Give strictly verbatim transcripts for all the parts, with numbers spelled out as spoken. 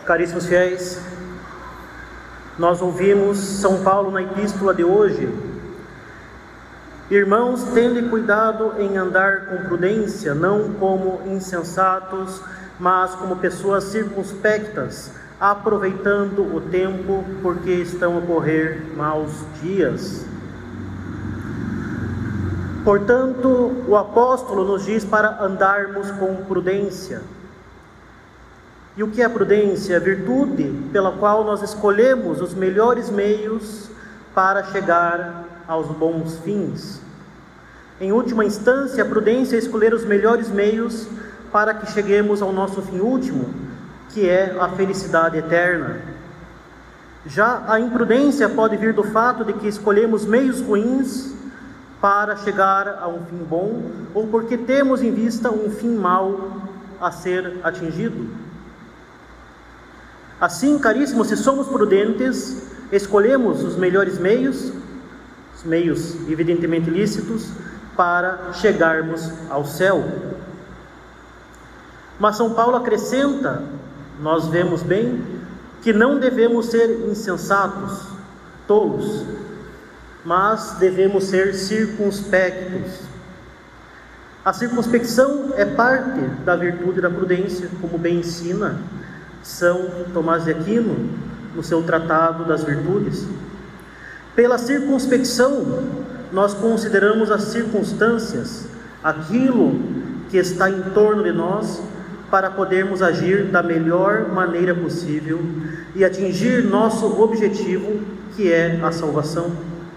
Caríssimos fiéis, nós ouvimos São Paulo na epístola de hoje: irmãos, tende cuidado em andar com prudência, não como insensatos, mas como pessoas circunspectas, aproveitando o tempo, porque estão a correr maus dias. Portanto, o apóstolo nos diz para andarmos com prudência. E o que é prudência? A virtude pela qual nós escolhemos os melhores meios para chegar aos bons fins. Em última instância, a prudência é escolher os melhores meios para que cheguemos ao nosso fim último, que é a felicidade eterna. Já a imprudência pode vir do fato de que escolhemos meios ruins para chegar a um fim bom, ou porque temos em vista um fim mau a ser atingido. Assim, caríssimos, se somos prudentes, escolhemos os melhores meios, os meios evidentemente lícitos, para chegarmos ao céu. Mas São Paulo acrescenta, nós vemos bem, que não devemos ser insensatos, tolos, mas devemos ser circunspectos. A circunspecção é parte da virtude da prudência, como bem ensina São Tomás de Aquino no seu Tratado das Virtudes. Pela circunspecção, nós consideramos as circunstâncias, aquilo que está em torno de nós, para podermos agir da melhor maneira possível e atingir nosso objetivo, que é a salvação.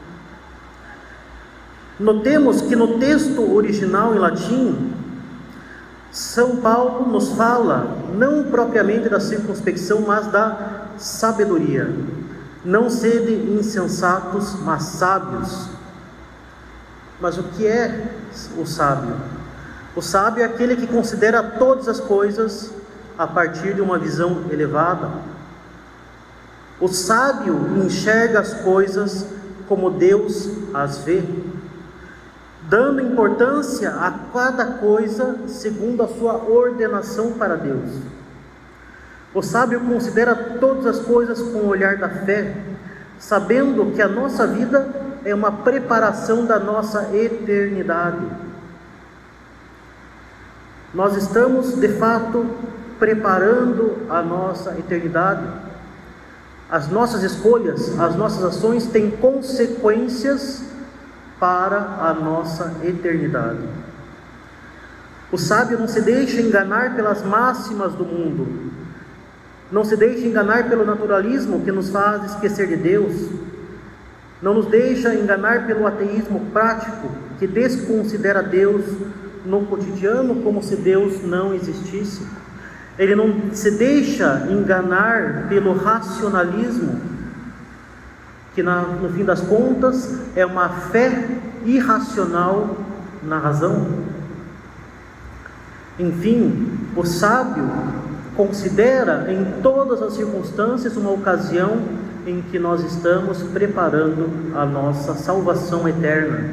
Notemos que no texto original em latim, São Paulo nos fala não propriamente da circunspecção, mas da sabedoria. Não sede insensatos, mas sábios. Mas o que é o sábio? O sábio é aquele que considera todas as coisas a partir de uma visão elevada. O sábio enxerga as coisas como Deus as vê, dando importância a cada coisa segundo a sua ordenação para Deus. O sábio considera todas as coisas com o olhar da fé, sabendo que a nossa vida é uma preparação da nossa eternidade. Nós estamos, de fato, preparando a nossa eternidade. As nossas escolhas, as nossas ações têm consequências para a nossa eternidade. O sábio não se deixa enganar pelas máximas do mundo, não se deixa enganar pelo naturalismo que nos faz esquecer de Deus, não nos deixa enganar pelo ateísmo prático que desconsidera Deus no cotidiano como se Deus não existisse. Ele não se deixa enganar pelo racionalismo, que na, no fim das contas é uma fé irracional na razão. Enfim, o sábio considera em todas as circunstâncias uma ocasião em que nós estamos preparando a nossa salvação eterna.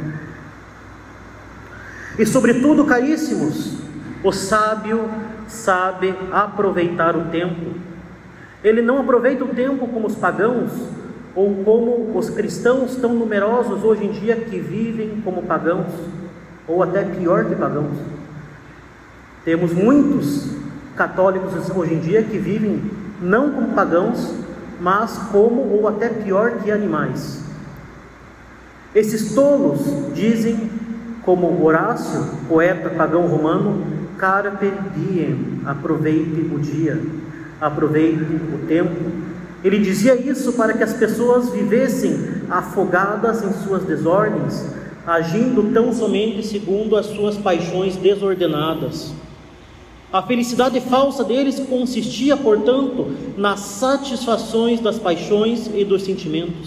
E sobretudo, caríssimos, o sábio sabe aproveitar o tempo. Ele não aproveita o tempo como os pagãos, ou como os cristãos tão numerosos hoje em dia que vivem como pagãos, ou até pior que pagãos. Temos muitos católicos hoje em dia que vivem não como pagãos, mas como, ou até pior que animais. Esses tolos dizem, como Horácio, poeta pagão romano, carpe diem, aproveite o dia, aproveite o tempo. Ele dizia isso para que as pessoas vivessem afogadas em suas desordens, agindo tão somente segundo as suas paixões desordenadas. A felicidade falsa deles consistia, portanto, nas satisfações das paixões e dos sentimentos.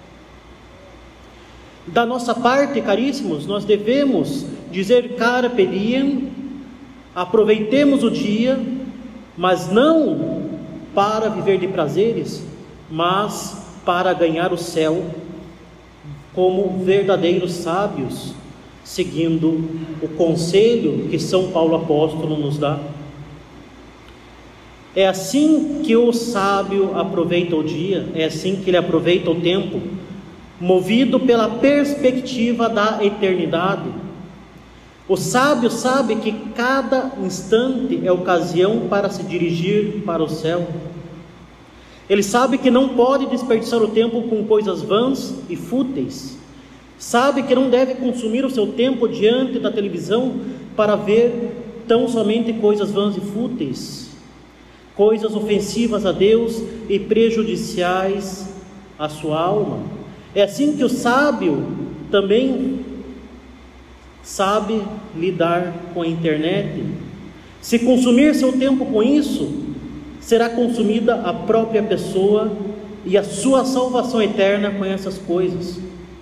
Da nossa parte, caríssimos, nós devemos dizer carpe diem, aproveitemos o dia, mas não para viver de prazeres, mas para ganhar o céu, como verdadeiros sábios, seguindo o conselho que São Paulo apóstolo nos dá. É assim que o sábio aproveita o dia, é assim que ele aproveita o tempo, movido pela perspectiva da eternidade. O sábio sabe que cada instante é ocasião para se dirigir para o céu. Ele sabe que não pode desperdiçar o tempo com coisas vãs e fúteis. Sabe que não deve consumir o seu tempo diante da televisão para ver tão somente coisas vãs e fúteis, coisas ofensivas a Deus e prejudiciais à sua alma. É assim que o sábio também sabe lidar com a internet. Se consumir seu tempo com isso, será consumida a própria pessoa e a sua salvação eterna com essas coisas.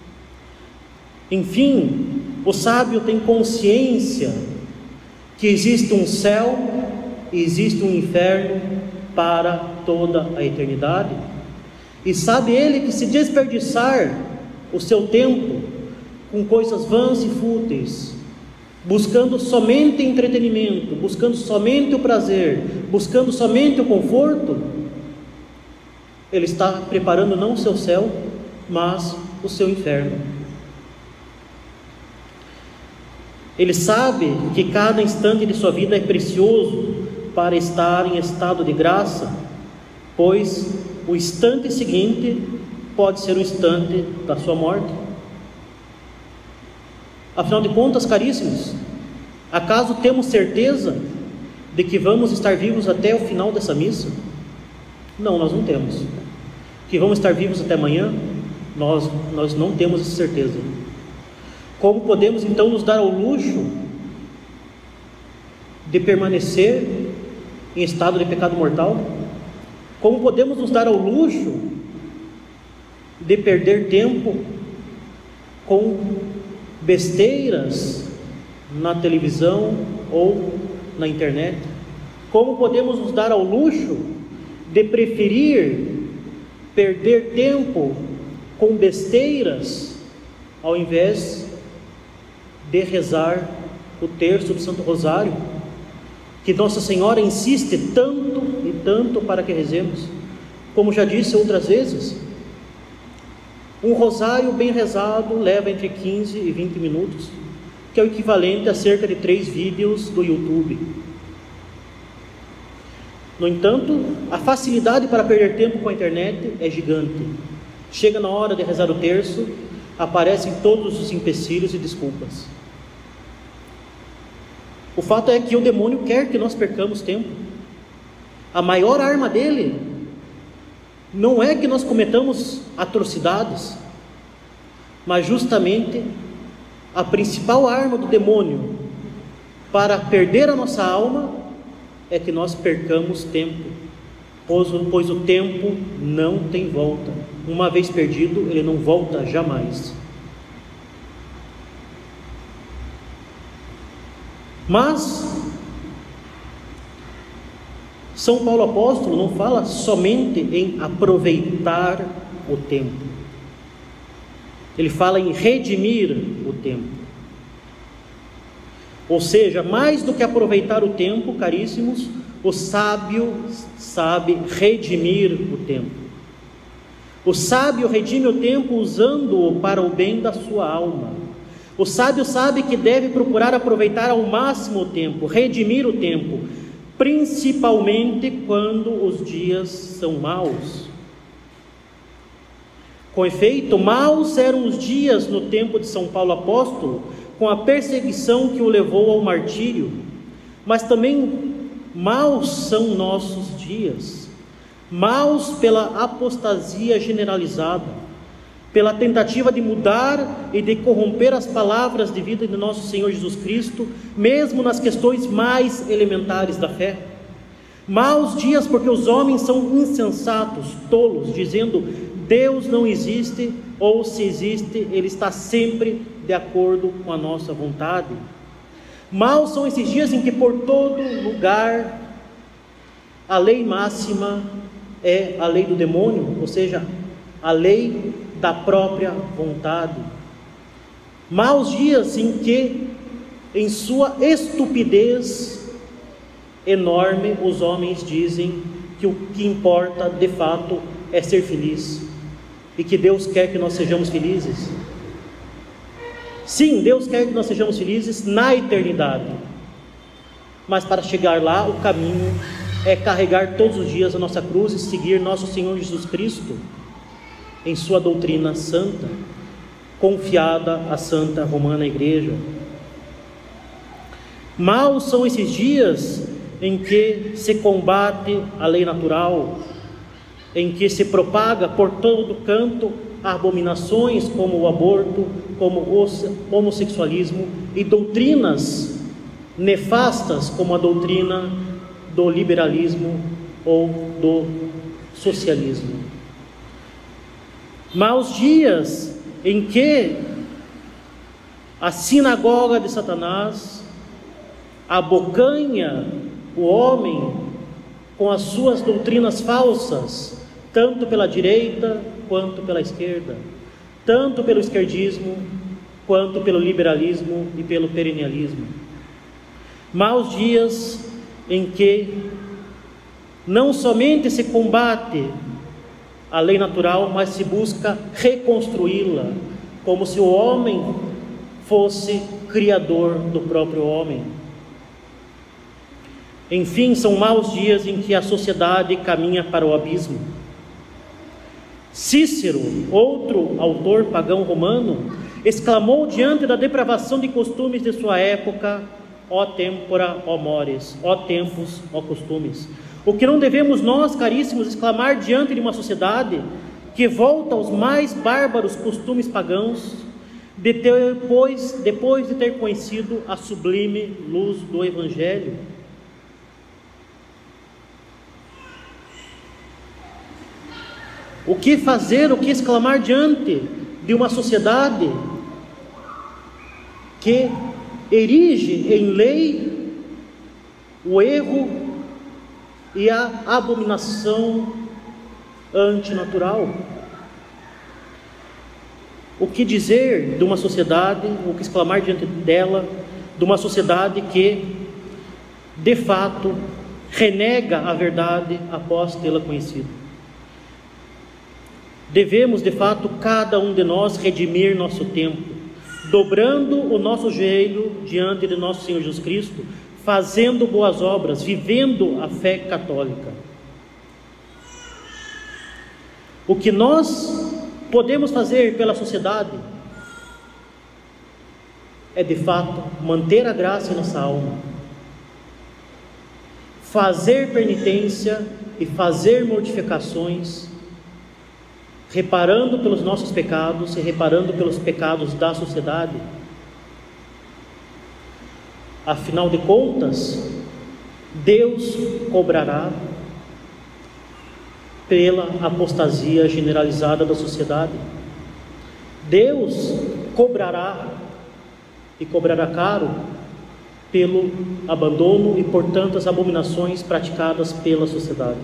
Enfim, o sábio tem consciência que existe um céu e existe um inferno para toda a eternidade. E sabe ele que se desperdiçar o seu tempo com coisas vãs e fúteis, buscando somente entretenimento, buscando somente o prazer, buscando somente o conforto, ele está preparando não o seu céu, mas o seu inferno. Ele sabe que cada instante de sua vida é precioso para estar em estado de graça, pois o instante seguinte pode ser o instante da sua morte. Afinal de contas, caríssimos, acaso temos certeza de que vamos estar vivos até o final dessa missa? Não, nós não temos. Que vamos estar vivos até amanhã? Nós, nós não temos essa certeza. Como podemos então nos dar ao luxo de permanecer em estado de pecado mortal? Como podemos nos dar ao luxo de perder tempo com besteiras na televisão ou na internet? Como podemos nos dar ao luxo de preferir perder tempo com besteiras ao invés de rezar o terço do Santo Rosário, que Nossa Senhora insiste tanto e tanto para que rezemos? Como já disse outras vezes, um rosário bem rezado leva entre quinze e vinte minutos, que é o equivalente a cerca de três vídeos do YouTube. No entanto, a facilidade para perder tempo com a internet é gigante. Chega na hora de rezar o terço, aparecem todos os empecilhos e desculpas. O fato é que o demônio quer que nós percamos tempo. A maior arma dele não é que nós cometamos atrocidades, mas justamente a principal arma do demônio para perder a nossa alma é que nós percamos tempo, pois, pois o tempo não tem volta. Uma vez perdido, ele não volta jamais. Mas São Paulo apóstolo não fala somente em aproveitar o tempo, ele fala em redimir o tempo. Ou seja, mais do que aproveitar o tempo, caríssimos, o sábio sabe redimir o tempo. O sábio redime o tempo usando-o para o bem da sua alma. O sábio sabe que deve procurar aproveitar ao máximo o tempo, redimir o tempo, principalmente quando os dias são maus. Com efeito, maus eram os dias no tempo de São Paulo apóstolo, com a perseguição que o levou ao martírio, mas também maus são nossos dias, maus pela apostasia generalizada, pela tentativa de mudar e de corromper as palavras de vida de nosso Senhor Jesus Cristo, mesmo nas questões mais elementares da fé. Maus dias porque os homens são insensatos, tolos, dizendo Deus não existe, ou se existe, Ele está sempre de acordo com a nossa vontade. Maus são esses dias em que por todo lugar a lei máxima é a lei do demônio, ou seja, a lei da própria vontade. Maus dias em que, em sua estupidez, enorme, os homens dizem que o que importa de fato é ser feliz, e que Deus quer que nós sejamos felizes. Sim, Deus quer que nós sejamos felizes na eternidade, mas para chegar lá, o caminho é carregar todos os dias a nossa cruz e seguir nosso Senhor Jesus Cristo em sua doutrina santa, confiada à Santa Romana Igreja. Maus são esses dias em que se combate a lei natural, em que se propaga por todo canto abominações como o aborto, como o homossexualismo e doutrinas nefastas como a doutrina do liberalismo ou do socialismo. Maus dias em que a sinagoga de Satanás abocanha o homem com as suas doutrinas falsas, tanto pela direita quanto pela esquerda, tanto pelo esquerdismo quanto pelo liberalismo e pelo perennialismo. Maus dias em que não somente se combate a lei natural, mas se busca reconstruí-la, como se o homem fosse criador do próprio homem. Enfim, são maus dias em que a sociedade caminha para o abismo. Cícero, outro autor pagão romano, exclamou diante da depravação de costumes de sua época: ó tempora, ó mores, ó tempos, ó costumes. O que não devemos nós, caríssimos, exclamar diante de uma sociedade que volta aos mais bárbaros costumes pagãos, de ter, depois, depois de ter conhecido a sublime luz do Evangelho? O que fazer, o que exclamar diante de uma sociedade que erige em lei o erro e a abominação antinatural? O que dizer de uma sociedade, o que exclamar diante dela, de uma sociedade que, de fato, renega a verdade após tê-la conhecido? Devemos, de fato, cada um de nós redimir nosso tempo, dobrando o nosso joelho diante de nosso Senhor Jesus Cristo, fazendo boas obras, vivendo a fé católica. O que nós podemos fazer pela sociedade é, de fato, manter a graça em nossa alma, fazer penitência e fazer mortificações, reparando pelos nossos pecados e reparando pelos pecados da sociedade. Afinal de contas, Deus cobrará pela apostasia generalizada da sociedade. Deus cobrará, e cobrará caro, pelo abandono e por tantas abominações praticadas pela sociedade.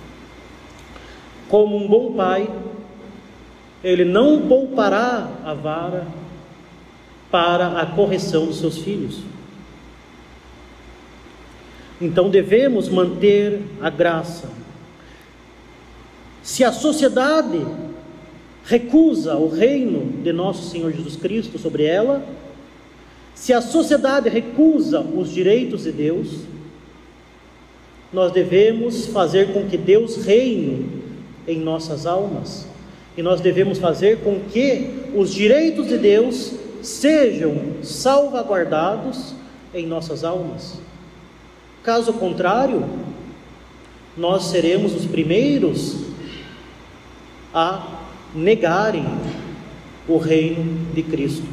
Como um bom pai, Ele não poupará a vara para a correção dos seus filhos. Então devemos manter a graça. Se a sociedade recusa o reino de nosso Senhor Jesus Cristo sobre ela, se a sociedade recusa os direitos de Deus, nós devemos fazer com que Deus reine em nossas almas. E nós devemos fazer com que os direitos de Deus sejam salvaguardados em nossas almas. Caso contrário, nós seremos os primeiros a negarem o reino de Cristo.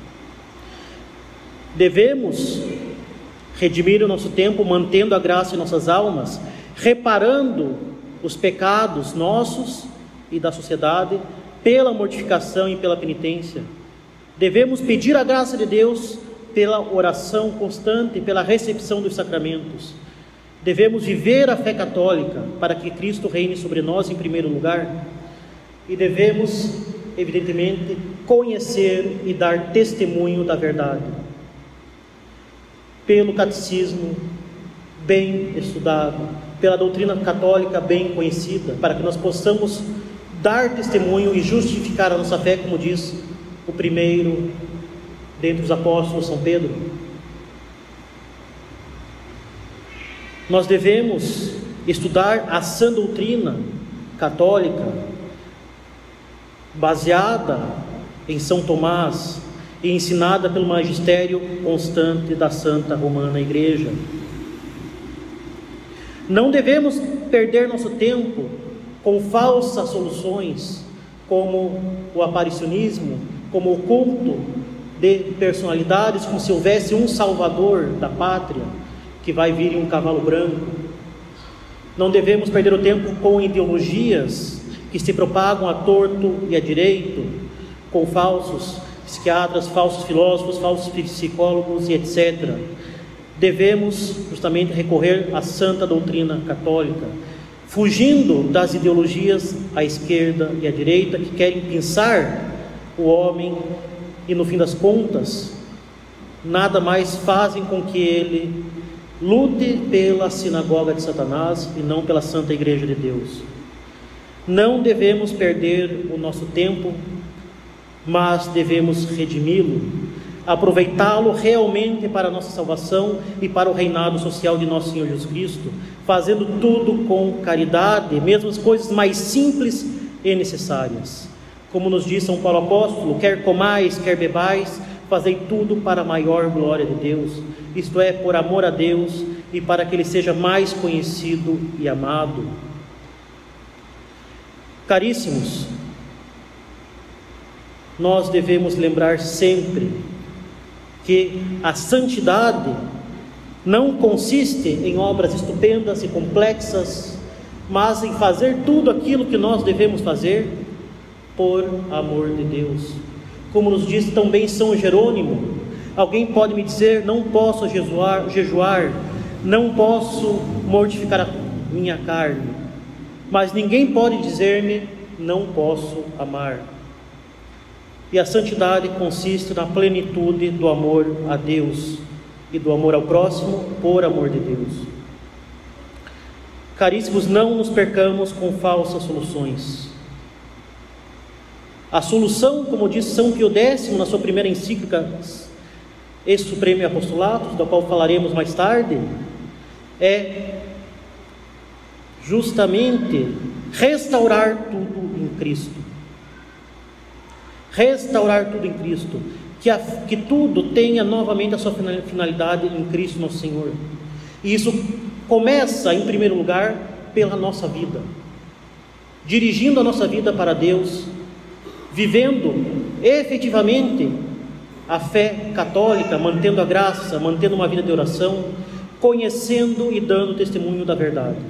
Devemos redimir o nosso tempo, mantendo a graça em nossas almas, reparando os pecados nossos e da sociedade, pela mortificação e pela penitência. Devemos pedir a graça de Deus pela oração constante, pela recepção dos sacramentos. Devemos viver a fé católica para que Cristo reine sobre nós em primeiro lugar. E devemos, evidentemente, conhecer e dar testemunho da verdade. Pelo catecismo, bem estudado, pela doutrina católica bem conhecida, para que nós possamos dar testemunho e justificar a nossa fé, como diz o primeiro dentre os apóstolos, São Pedro. Nós devemos estudar a sã doutrina católica, baseada em São Tomás e ensinada pelo magistério constante da Santa Romana Igreja. Não devemos perder nosso tempo com falsas soluções, como o aparicionismo, como o culto de personalidades, como se houvesse um salvador da pátria que vai vir em um cavalo branco. Não devemos perder o tempo com ideologias que se propagam a torto e a direito, com falsos psiquiatras, falsos filósofos, falsos psicólogos e etcétera. Devemos justamente recorrer à santa doutrina católica, fugindo das ideologias à esquerda e à direita que querem pensar o homem e, no fim das contas, nada mais fazem com que ele lute pela sinagoga de Satanás e não pela Santa Igreja de Deus. Não devemos perder o nosso tempo, mas devemos redimi-lo, aproveitá-lo realmente para a nossa salvação e para o reinado social de nosso Senhor Jesus Cristo, fazendo tudo com caridade, mesmo as coisas mais simples e necessárias. Como nos diz São Paulo Apóstolo: quer comais, quer bebais, fazei tudo para a maior glória de Deus, isto é, por amor a Deus e para que Ele seja mais conhecido e amado. Caríssimos, nós devemos lembrar sempre que a santidade não consiste em obras estupendas e complexas, mas em fazer tudo aquilo que nós devemos fazer por amor de Deus. Como nos diz também São Jerônimo: alguém pode me dizer, não posso jejuar, jejuar, não posso mortificar a minha carne, mas ninguém pode dizer-me, não posso amar. E a santidade consiste na plenitude do amor a Deus e do amor ao próximo por amor de Deus. Caríssimos, não nos percamos com falsas soluções. A solução, como diz São Pio X na sua primeira encíclica Ex Supremi Apostolatus, da qual falaremos mais tarde, é justamente restaurar tudo em Cristo. Restaurar tudo em Cristo, que, a, que tudo tenha novamente a sua finalidade em Cristo nosso Senhor. E isso começa, em primeiro lugar, pela nossa vida, dirigindo a nossa vida para Deus, vivendo efetivamente a fé católica, mantendo a graça, mantendo uma vida de oração, conhecendo e dando testemunho da verdade.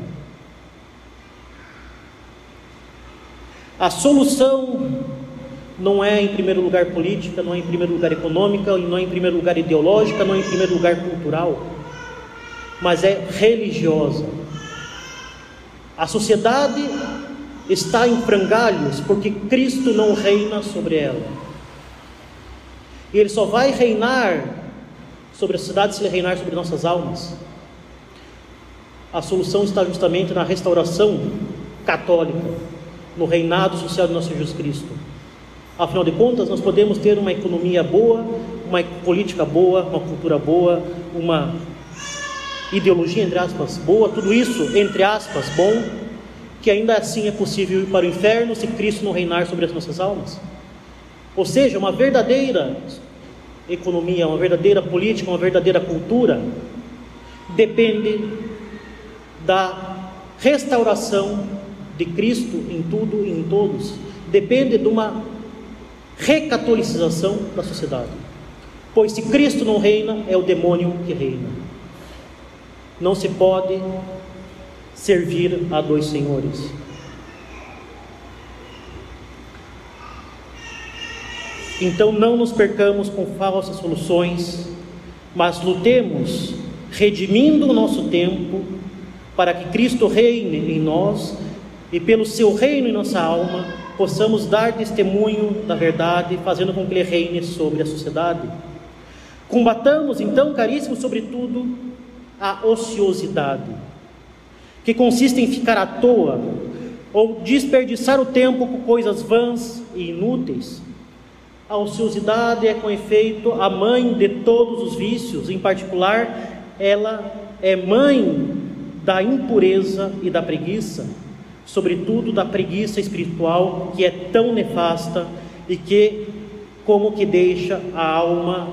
A solução não é em primeiro lugar política, não é em primeiro lugar econômica, não é em primeiro lugar ideológica, não é em primeiro lugar cultural, mas é religiosa. A sociedade está em frangalhos porque Cristo não reina sobre ela. E Ele só vai reinar sobre a sociedade se Ele reinar sobre nossas almas. A solução está justamente na restauração católica, no reinado social de nosso Jesus Cristo. Afinal de contas, nós podemos ter uma economia boa, uma política boa, uma cultura boa, uma ideologia, entre aspas, boa, tudo isso, entre aspas, bom, que ainda assim é possível ir para o inferno se Cristo não reinar sobre as nossas almas. Ou seja, uma verdadeira economia, uma verdadeira política, uma verdadeira cultura depende da restauração de Cristo em tudo e em todos, depende de uma recatolicização da sociedade, pois se Cristo não reina, é o demônio que reina. Não se pode servir a dois senhores. Então não nos percamos com falsas soluções, mas lutemos redimindo o nosso tempo para que Cristo reine em nós e pelo seu reino em nossa alma possamos dar testemunho da verdade, fazendo com que Ele reine sobre a sociedade. Combatamos então, caríssimos, sobretudo a ociosidade, que consiste em ficar à toa ou desperdiçar o tempo com coisas vãs e inúteis. A ociosidade é, com efeito, a mãe de todos os vícios. Em particular, ela é mãe da impureza e da preguiça, sobretudo da preguiça espiritual, que é tão nefasta e que como que deixa a alma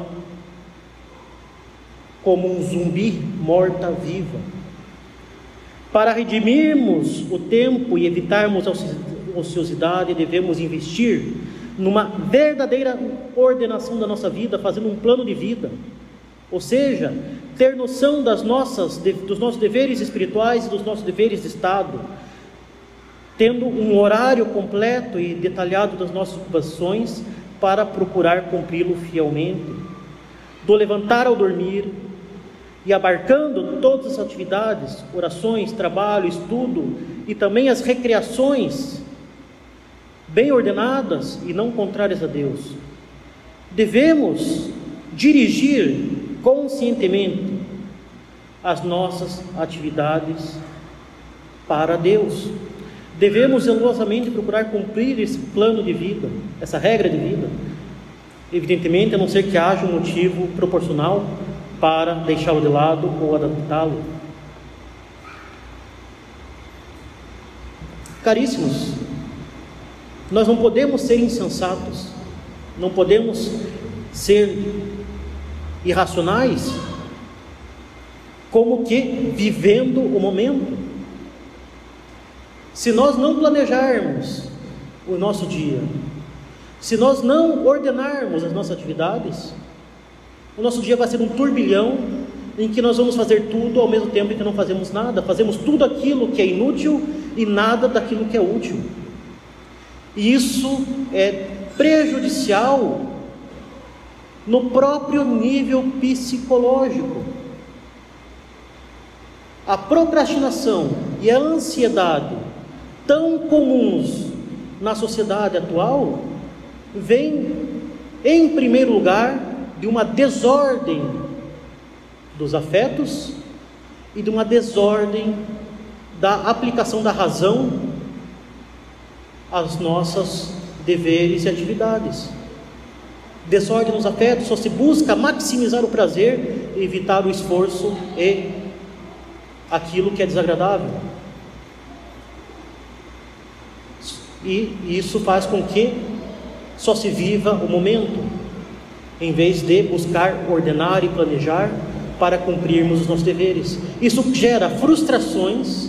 como um zumbi morta-viva. Para redimirmos o tempo e evitarmos a ociosidade, devemos investir numa verdadeira ordenação da nossa vida, fazendo um plano de vida, ou seja, ter noção das nossas, dos nossos deveres espirituais e dos nossos deveres de Estado, tendo um horário completo e detalhado das nossas ocupações para procurar cumpri-lo fielmente, do levantar ao dormir, e abarcando todas as atividades, orações, trabalho, estudo e também as recreações bem ordenadas e não contrárias a Deus. Devemos dirigir conscientemente as nossas atividades para Deus. Devemos zelosamente procurar cumprir esse plano de vida, essa regra de vida, evidentemente, a não ser que haja um motivo proporcional para deixá-lo de lado ou adaptá-lo. Caríssimos, nós não podemos ser insensatos, não podemos ser irracionais, como que vivendo o momento. Se nós não planejarmos o nosso dia, se nós não ordenarmos as nossas atividades, o nosso dia vai ser um turbilhão em que nós vamos fazer tudo ao mesmo tempo em que não fazemos nada. Fazemos tudo aquilo que é inútil e nada daquilo que é útil. E isso é prejudicial no próprio nível psicológico. A procrastinação e a ansiedade, tão comuns na sociedade atual, vêm, em primeiro lugar, de uma desordem dos afetos e de uma desordem da aplicação da razão às nossas deveres e atividades. Desordem nos afetos, só se busca maximizar o prazer e evitar o esforço e aquilo que é desagradável. E isso faz com que só se viva o momento, em vez de buscar ordenar e planejar para cumprirmos os nossos deveres. Isso gera frustrações,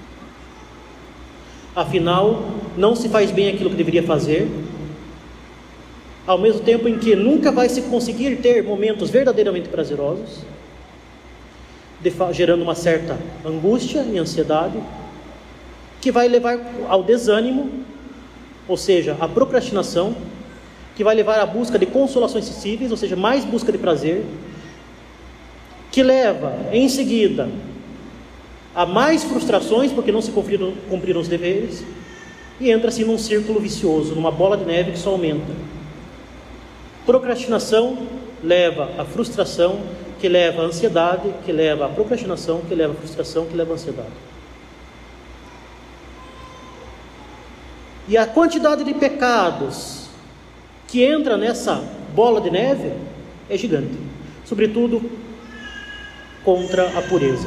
afinal, não se faz bem aquilo que deveria fazer, ao mesmo tempo em que nunca vai se conseguir ter momentos verdadeiramente prazerosos, gerando uma certa angústia e ansiedade, que vai levar ao desânimo, ou seja, à procrastinação, que vai levar à busca de consolações sensíveis, ou seja, mais busca de prazer, que leva, em seguida, a mais frustrações, porque não se cumpriram, cumpriram os deveres, e entra-se num círculo vicioso, numa bola de neve que só aumenta. Procrastinação leva à frustração, que leva à ansiedade, que leva à procrastinação, que leva à frustração, que leva à ansiedade. E a quantidade de pecados que entra nessa bola de neve é gigante, sobretudo contra a pureza.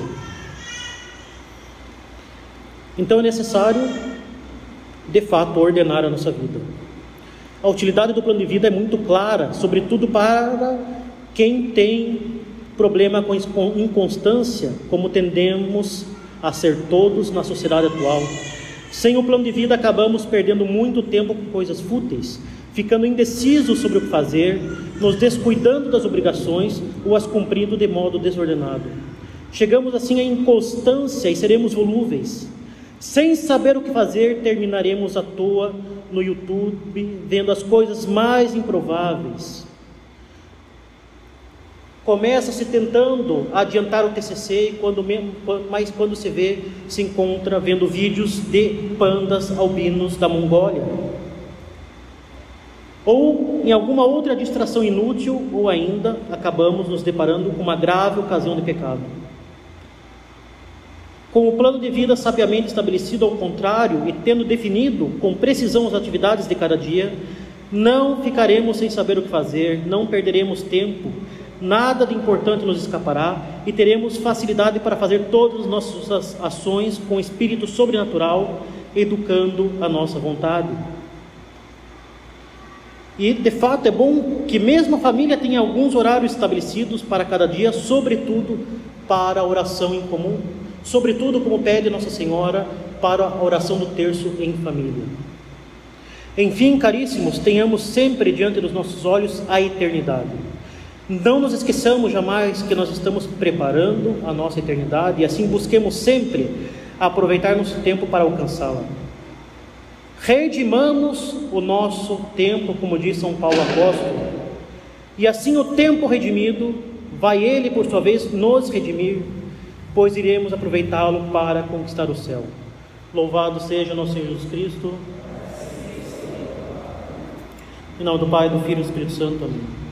Então é necessário, de fato, ordenar a nossa vida. A utilidade do plano de vida é muito clara, sobretudo para quem tem problema com inconstância, como tendemos a ser todos na sociedade atual. Sem o plano de vida, acabamos perdendo muito tempo com coisas fúteis, ficando indecisos sobre o que fazer, nos descuidando das obrigações ou as cumprindo de modo desordenado. Chegamos assim à inconstância e seremos volúveis. Sem saber o que fazer, terminaremos à toa no YouTube, vendo as coisas mais improváveis. Começa-se tentando adiantar o T C C, e quando mesmo, mas quando se vê, se encontra vendo vídeos de pandas albinos da Mongólia. Ou em alguma outra distração inútil, ou ainda acabamos nos deparando com uma grave ocasião de pecado. Com o plano de vida sabiamente estabelecido ao contrário e tendo definido com precisão as atividades de cada dia, não ficaremos sem saber o que fazer, não perderemos tempo, nada de importante nos escapará e teremos facilidade para fazer todas as nossas ações com espírito sobrenatural, educando a nossa vontade. E de fato é bom que mesmo a família tenha alguns horários estabelecidos para cada dia, sobretudo para a oração em comum, sobretudo, como pede Nossa Senhora, para a oração do terço em família. Enfim, caríssimos, tenhamos sempre diante dos nossos olhos a eternidade. Não nos esqueçamos jamais que nós estamos preparando a nossa eternidade e assim busquemos sempre aproveitar nosso tempo para alcançá-la. Redimamos o nosso tempo, como diz São Paulo Apóstolo, e assim o tempo redimido, vai Ele por sua vez nos redimir, pois iremos aproveitá-lo para conquistar o céu. Louvado seja nosso Senhor Jesus Cristo. Em nome do Pai, do Filho e do Espírito Santo. Amém.